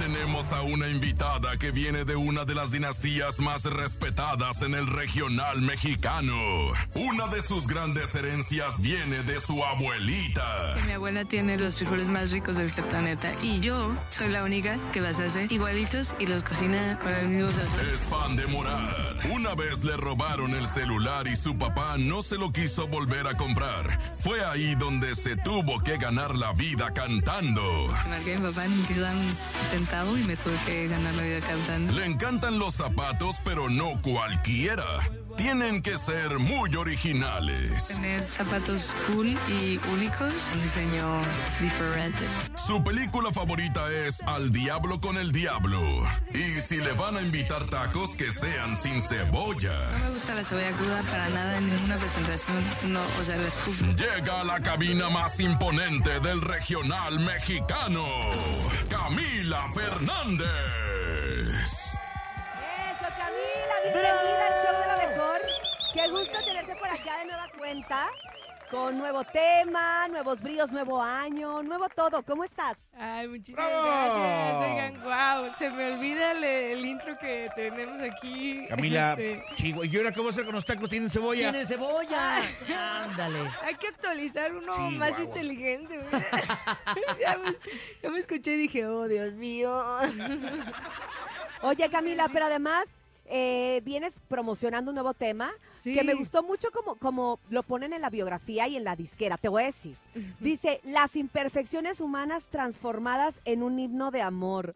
tenemos a una invitada que viene de una de las dinastías más respetadas en el regional mexicano. Una de sus grandes herencias viene de su abuelita. Mi abuela tiene los frijoles más ricos del planeta y yo soy la única que las hace igualitos y los cocina con el mismo sazón. Es fan de Morat. Una vez le robaron el celular y su papá no se lo quiso volver a comprar. Fue ahí donde se tuvo que ganar la vida cantando. Marqué a mi papá, me quiso dar un centavo y me tuve que ganar la vida cantando. Le encantan los zapatos, pero no cualquiera. Tienen que ser muy originales. Tener zapatos cool y únicos, un diseño diferente. Su película favorita es Al Diablo con el Diablo. Y si le van a invitar tacos, que sean sin cebolla. No me gusta la cebolla cruda para nada en ninguna presentación. No, o sea, la escupo. Llega a la cabina más imponente del regional mexicano, Camila Fernández. Eso, Camila, bienvenida al show de la mejor. Qué gusto tenerte por acá de nueva cuenta, con nuevo tema, nuevos bríos, nuevo año, nuevo todo. ¿Cómo estás? Ay, muchísimas gracias. Oigan, wow, se me olvida el intro que tenemos aquí. Camila, chico, ¿y ahora cómo hacer con los tacos? ¿Tienen cebolla? ¡Tiene cebolla! Ándale. Hay que actualizar uno Sí, más guau. inteligente. ya me escuché y dije, oh, Dios mío. Oye, Camila, pero además vienes promocionando un nuevo tema Sí. que me gustó mucho como lo ponen en la biografía y en la disquera. Te voy a decir. Dice, las imperfecciones humanas transformadas en un himno de amor.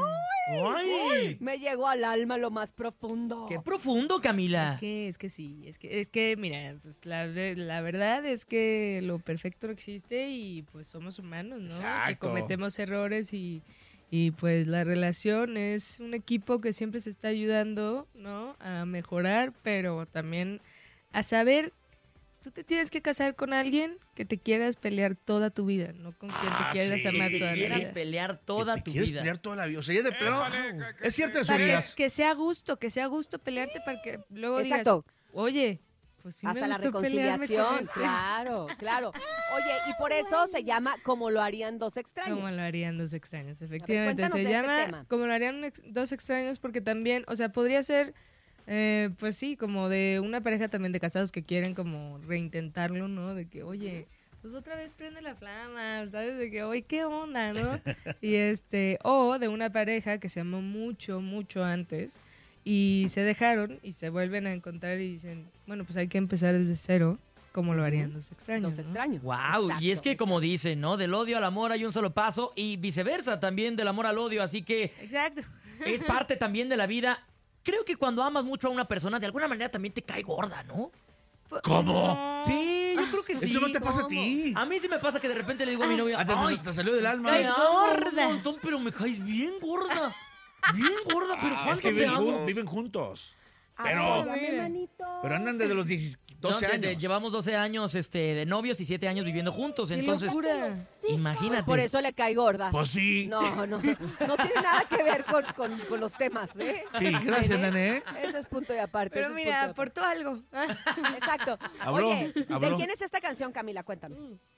¡Ay! Me llegó al alma lo más profundo. ¡Qué profundo, Camila! Es que sí, es que mira, pues la verdad es que lo perfecto no existe y pues somos humanos, ¿no? Exacto. Que cometemos errores y pues la relación es un equipo que siempre se está ayudando, ¿no? A mejorar, pero también a saber, tú te tienes que casar con alguien que te quieras pelear toda tu vida, no con quien te quieras sí, amar que toda la Quieras vida. pelear toda ¿Te tu quieres vida. pelear toda la vida? O sea, ya de plano. Es cierto eso, Para Urias. que sea gusto pelearte para que luego Exacto. digas, oye, pues sí Hasta me la gustó pelearme con reconciliación, este. claro, claro. Oye, y por eso se llama Como lo harían dos extraños. Como lo harían dos extraños, efectivamente. cuéntanos Se de este llama tema. Como lo harían dos extraños porque también, o sea, podría ser, pues sí, como de una pareja también de casados que quieren como reintentarlo, ¿no? De que, oye, pues otra vez prende la flama, ¿sabes? De que, oye, ¿qué onda, no? Y o de una pareja que se amó mucho, mucho antes y se dejaron y se vuelven a encontrar y dicen, bueno, pues hay que empezar desde cero, como lo harían dos extraños, Dos ¿no? extraños. Wow, y es que Exacto. como dicen, ¿no? Del odio al amor hay un solo paso y viceversa también del amor al odio, así que Exacto. es parte también de la vida. Creo que cuando amas mucho a una persona, de alguna manera también te cae gorda, ¿no? ¿Cómo? Sí, yo creo que sí. Eso no te pasa a ¿cómo? ti. A mí sí me pasa que de repente le digo a mi novia, Ah, ¡ay, te salió del alma. te caes amo gorda! un montón, pero me caes bien gorda! Bien gorda, pero Ah, ¿cuánto es que te amo? viven juntos. Ay, Pero, dame mira. manito. pero andan desde los 12 No, años. llevamos 12 años de novios y 7 años viviendo juntos, entonces locura! imagínate. Por eso le cae gorda. Pues sí. No tiene nada que ver con los temas, ¿eh? Sí, gracias, nene. Eso es punto y aparte. Pero eso es mira, punto y aportó algo. aparte. Exacto. Habló, Oye, ¿de habló. quién es esta canción, Camila? Cuéntame.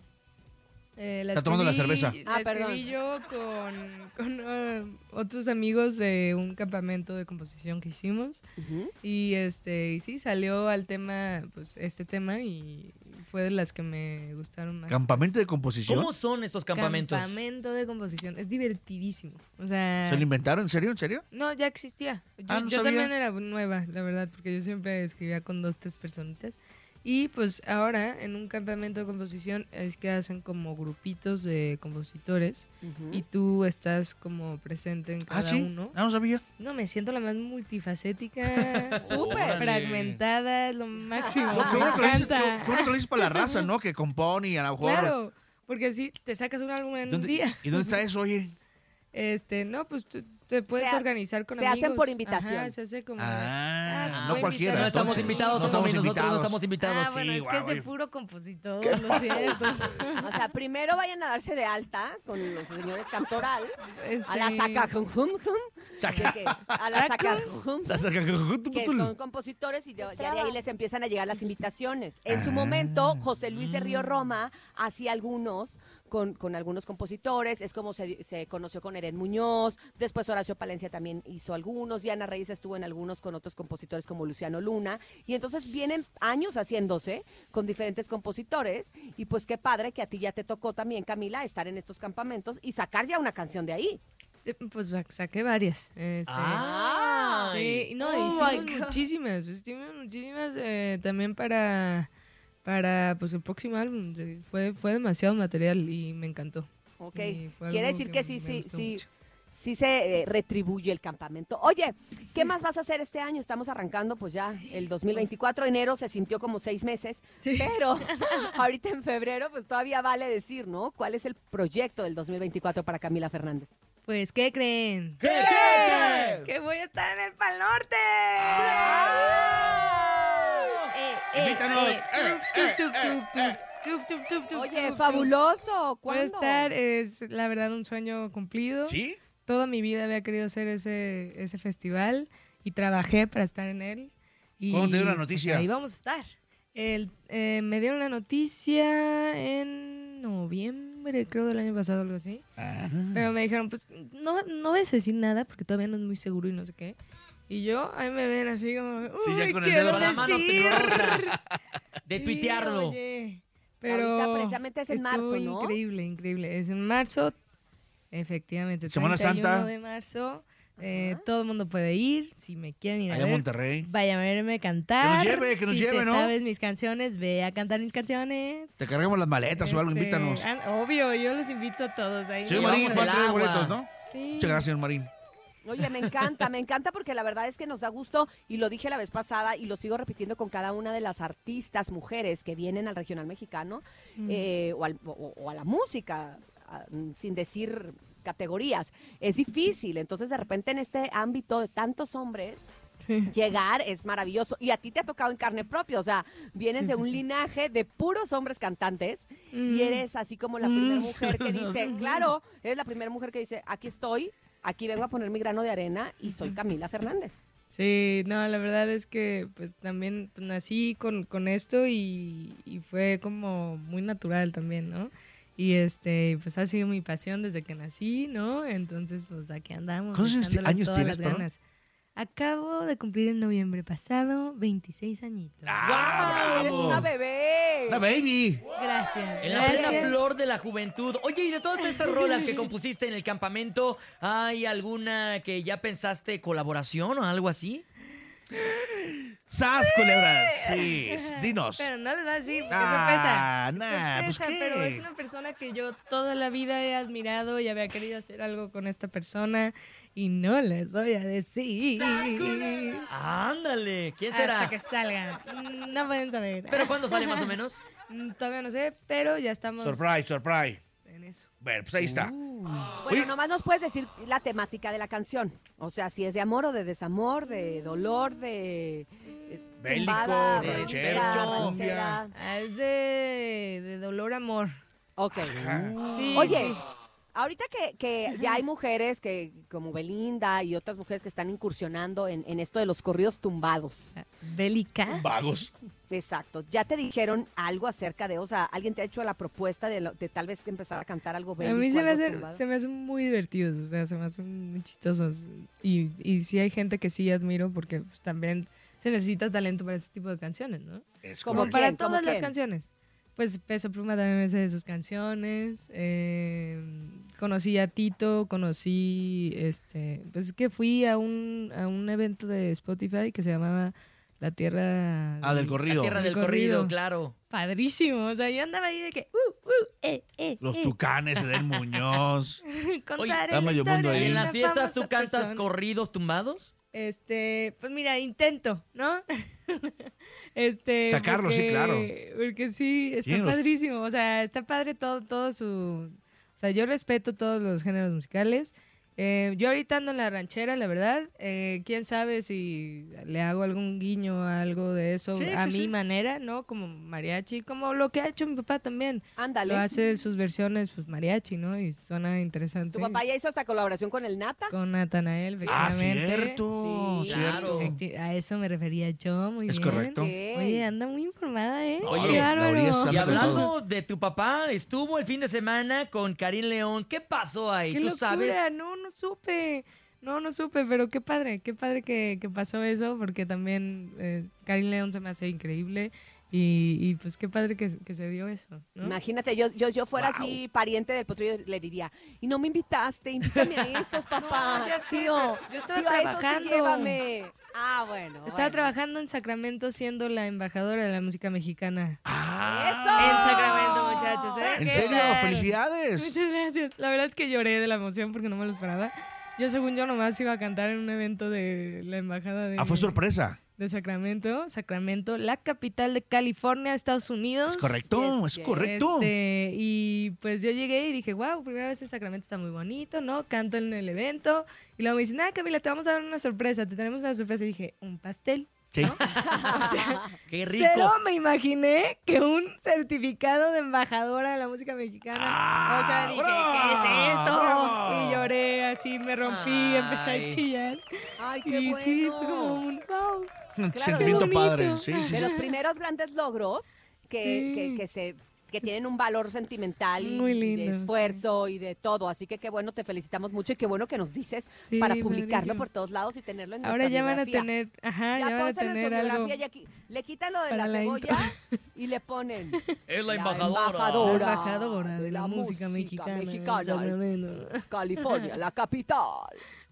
Está tomando la cerveza. La perdón. escribí yo con otros amigos de un campamento de composición que hicimos. Y y sí, salió al tema, pues este tema, y fue de las que me gustaron más. ¿Campamento de composición? ¿Cómo son estos campamentos? Campamento de composición. Es divertidísimo. O sea. ¿Se lo inventaron? ¿En serio? ¿En serio? No, ya existía. Yo, Ah, no yo sabía. también era nueva, la verdad, porque yo siempre escribía con 2, 3 personitas. Y pues ahora en un campamento de composición es que hacen como grupitos de compositores y tú estás como presente en cada Ah, sí. uno. Ah, no sabía. No, me siento la más multifacética, Súper. fragmentada, es lo máximo. Qué bueno que lo Me dices- encanta. qué bueno que lo dices para la raza, ¿no? Que compone y a lo mejor... Claro, porque así te sacas un álbum en un ¿Dónde- día. ¿Y dónde está eso, oye? No, pues tú te puedes Se ha- organizar con se amigos. hacen por invitación. Ajá, se hace como... Ah, voy no a cualquiera. invitar. No estamos entonces. invitados, No estamos nosotros no invitados. estamos invitados. Ah, bueno, sí, es que guau, es de oye. puro compositor, lo siento. O sea, primero vayan a darse de alta con los señores Cantoral a la Este, saca Saca. A la saca. Que Que son compositores y ya de ahí les empiezan a llegar las invitaciones. En su momento, José Luis de Río Roma hacía algunos con algunos compositores, es como se conoció con Eren Muñoz, después Horacio Palencia también hizo algunos, Diana Reyes estuvo en algunos con otros compositores como Luciano Luna, y entonces vienen años haciéndose con diferentes compositores, y pues qué padre que a ti ya te tocó también, Camila, estar en estos campamentos y sacar ya una canción de ahí. Pues saqué varias. ¡Ay! Sí, no, Oh hicimos my God. muchísimas también para pues el próximo álbum. Fue demasiado material y me encantó. Ok, Y fue quiere algo decir que me gustó mucho. sí se retribuye el campamento. Oye, ¿qué más vas a hacer este año? Estamos arrancando pues ya el 2024, enero se sintió como 6 meses, Sí. pero ahorita en febrero pues todavía vale decir, ¿no? ¿Cuál es el proyecto del 2024 para Camila Fernández? Pues, ¿qué creen? ¿Qué? Que voy a estar en el Pal Norte. Invítanos. Oye, fabuloso. Voy a ¿Cuándo? estar, es la verdad un sueño cumplido. ¿Sí? Toda mi vida había querido hacer ese festival y trabajé para estar en él. Y, ¿Cuándo te dio la pues, noticia? ahí vamos a estar. Me dieron la noticia en noviembre, creo, del año pasado, algo así. Ajá. Pero me dijeron, pues, no vas a decir nada porque todavía no es muy seguro y no sé qué. Y yo, ahí me ven así como, uy, Sí, ya con el quiero dedo. Con la mano decir. temblorosa de Sí, tuitearlo. oye, pero Ahorita precisamente es en marzo, estuvo ¿no? increíble, increíble. Es en marzo, efectivamente. Semana 31 Santa. de marzo. Todo el mundo puede ir. Si me quieren ir a Allá en ver, Monterrey. vayan a verme cantar. Que nos si lleve, te ¿no? sabes mis canciones, ve a cantar mis canciones. Te cargamos las maletas o algo, invítanos. Obvio, yo los invito a todos. Ahí Señor nos Marín, vamos el a- ¿cuántos agua. boletos, no? Sí. Muchas gracias, señor Marín. Oye, me encanta porque la verdad es que nos da gusto y lo dije la vez pasada y lo sigo repitiendo con cada una de las artistas mujeres que vienen al regional mexicano o a la música, sin decir categorías. Es difícil, entonces de repente en este ámbito de tantos hombres, Sí. llegar es maravilloso y a ti te ha tocado en carne propia, o sea, vienes Sí, de un sí. linaje de puros hombres cantantes y Mm. eres así como la primera mujer que dice, claro, eres la primera mujer que dice, aquí estoy, aquí vengo a poner mi grano de arena y soy Camila Fernández. Sí, no, la verdad es que pues también pues, nací con esto y fue como muy natural también, ¿no? Y pues ha sido mi pasión desde que nací, ¿no? Entonces pues aquí andamos. ¿Cuántos echándole años todas tienes, las perdón? ganas. Acabo de cumplir en noviembre pasado 26 añitos. ¡Ah, ¡Eres bravo! una bebé! ¡La baby! Gracias. En la plena gracias. flor de la juventud. Oye, y de todas estas rolas que compusiste en el campamento, ¿hay alguna que ya pensaste colaboración o algo así? ¡Sas, culebras! Sí, dinos. Pero no les voy a decir, porque Ah, es sorpresa. nah, Es pues, sorpresa, ¿qué? pero es una persona que yo toda la vida he admirado y había querido hacer algo con esta persona y no les voy a decir. Ándale, ¿quién Hasta será? que salgan. No pueden saber. ¿Pero cuándo sale más o menos? Todavía no sé, pero ya estamos Surprise. en eso. Bueno, pues ahí está. Bueno, nomás nos puedes decir la temática de la canción. O sea, si es de amor o de desamor, de dolor, de... Bélico, tumbada, ranchero, ranchera. Ah, es de dolor amor. Ok. Sí, Oye, sí. ahorita que ya hay mujeres que como Belinda y otras mujeres que están incursionando en esto de los corridos tumbados. Bélica. Vagos. Exacto. ¿Ya te dijeron algo acerca de, o sea, alguien te ha hecho la propuesta de tal vez empezar a cantar algo A bélico? mí se algo tumbado? me hacen muy divertidos, o sea, se me hacen muy chistosos. Y sí hay gente que sí admiro porque pues, también se necesita talento para ese tipo de canciones, ¿no? Es ¿Cómo Como quién? para ¿Cómo todas las quién? canciones. Pues Peso Pluma también me sé de sus canciones. Conocí a Tito, pues que fui a un evento de Spotify que se llamaba La Tierra... Ah, del La corrido. tierra del El corrido, corrido. claro. Padrísimo, o sea, yo andaba ahí de que... Los Tucanes, Edel Muñoz. Contar está la medio historia mundo ahí. de ¿En una las fiestas tú famosa cantas persona. corridos tumbados? Pues mira, intento, ¿no? Sacarlo, sí, claro. Porque sí, está Sí, los- padrísimo. O sea, está padre todo su... O sea, yo respeto todos los géneros musicales Yo ahorita ando en la ranchera, la verdad. Quién sabe si le hago algún guiño a algo de eso Sí, a sí, mi sí. manera, ¿no? Como mariachi, como lo que ha hecho mi papá también. Ándale. Lo hace sus versiones, pues mariachi, ¿no? Y suena interesante. Tu papá ya hizo esta colaboración con el Nata. Con Natanael, efectivamente. Cierto, Sí, cierto. A eso me refería yo, muy Es bien. correcto. Ok. Oye, anda muy informada, ¿eh? Oye, Qué la bárbaro. Urias Y anda con hablando todo. de tu papá, estuvo el fin de semana con Karim León. ¿Qué pasó ahí? ¡Qué ¿Tú locura! sabes? No supe. No supe, pero qué padre que pasó eso, porque también Karim León se me hace increíble y pues qué padre que se dio eso, ¿no? Imagínate, yo fuera así pariente del potrillo, le diría, y no me invitaste, invítame a esos, papá. No, ya sé, Tío, yo estaba tío, a esos sí trabajando. llévame. Ah, bueno. Estaba bueno. trabajando en Sacramento siendo la embajadora de la música mexicana. ¡Eso! En Sacramento, muchachos, ¿eh? ¿En ¿Qué serio? tal? ¡Felicidades! Muchas gracias. La verdad es que lloré de la emoción porque no me lo esperaba. Yo, según yo, nomás iba a cantar en un evento de la embajada de... Fue sorpresa. De Sacramento, la capital de California, Estados Unidos. Es correcto, Yes, es yes. correcto. Y pues yo llegué y dije, wow, primera vez en Sacramento, está muy bonito, ¿no? Canto en el evento. Y luego me dicen, Camila, te vamos a dar una sorpresa, te tenemos una sorpresa. Y dije, ¿un pastel? Sí. O sea, ¡Qué rico! cero me imaginé que un certificado de embajadora de la música mexicana. O sea, dije, ¿qué es esto? ¡Bravo! Y lloré así, me rompí, empecé Ay. a chillar. Ay, qué Y bueno. sí, fue como un wow. Un Claro. sentimiento Qué padre. bonito. Sí, sí, De sí. los primeros grandes logros Sí. que tienen un valor sentimental y, Muy y de lindo, esfuerzo y de todo. Así que qué bueno, te felicitamos mucho y qué bueno que nos dices Sí, para publicarlo padrísimo. por todos lados y tenerlo en Ahora nuestra ya van a biografía. tener, ya Ya van a pónselo en su tener algo. biografía y aquí le quitan lo de para la la cebolla y le ponen Es la La embajadora de la música mexicana. en Sacramento. California, la capital.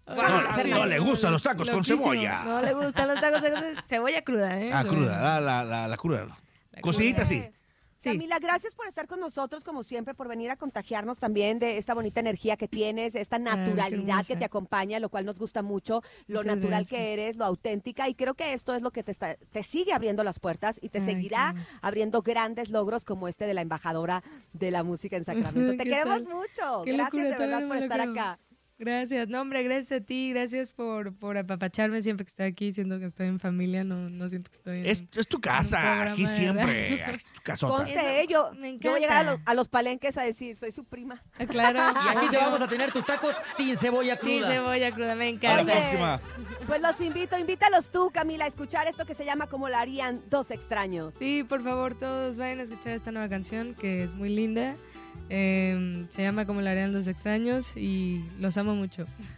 No le gustan los tacos con Loquísimo. cebolla. No le gustan los tacos de cebolla cruda, ¿eh? Cruda, la cruda. Cocidita sí. Sí. Camila, gracias por estar con nosotros, como siempre, por venir a contagiarnos también de esta bonita energía que tienes, de esta qué naturalidad que hermosa. te acompaña, lo cual nos gusta mucho, lo Muchas natural gracias. que eres, lo auténtica, y creo que esto es lo que te sigue abriendo las puertas y te Ay, qué seguirá hermoso. abriendo grandes logros como este de la embajadora de la música en Sacramento. Te ¿Qué queremos tal? mucho. Qué Gracias locura, de verdad todavía por no me lo estar creo. acá. Gracias, no hombre, gracias a ti, gracias por apapacharme siempre que estoy aquí, siento que estoy en familia, no siento que estoy en... Es tu casa, programa aquí de siempre. Es tu casota. Conste, yo me voy a llegar encanta. a los palenques a decir, soy su prima. Ah, claro. Y aquí te vamos a tener tus tacos sin cebolla Sí, cruda. cebolla cruda, me A la encanta. Oye, próxima. Pues los invítalos tú, Camila, a escuchar esto que se llama Como lo harían dos extraños. Sí, por favor, todos vayan a escuchar esta nueva canción que es muy linda. Se llama Como la harían los extraños y los amo mucho.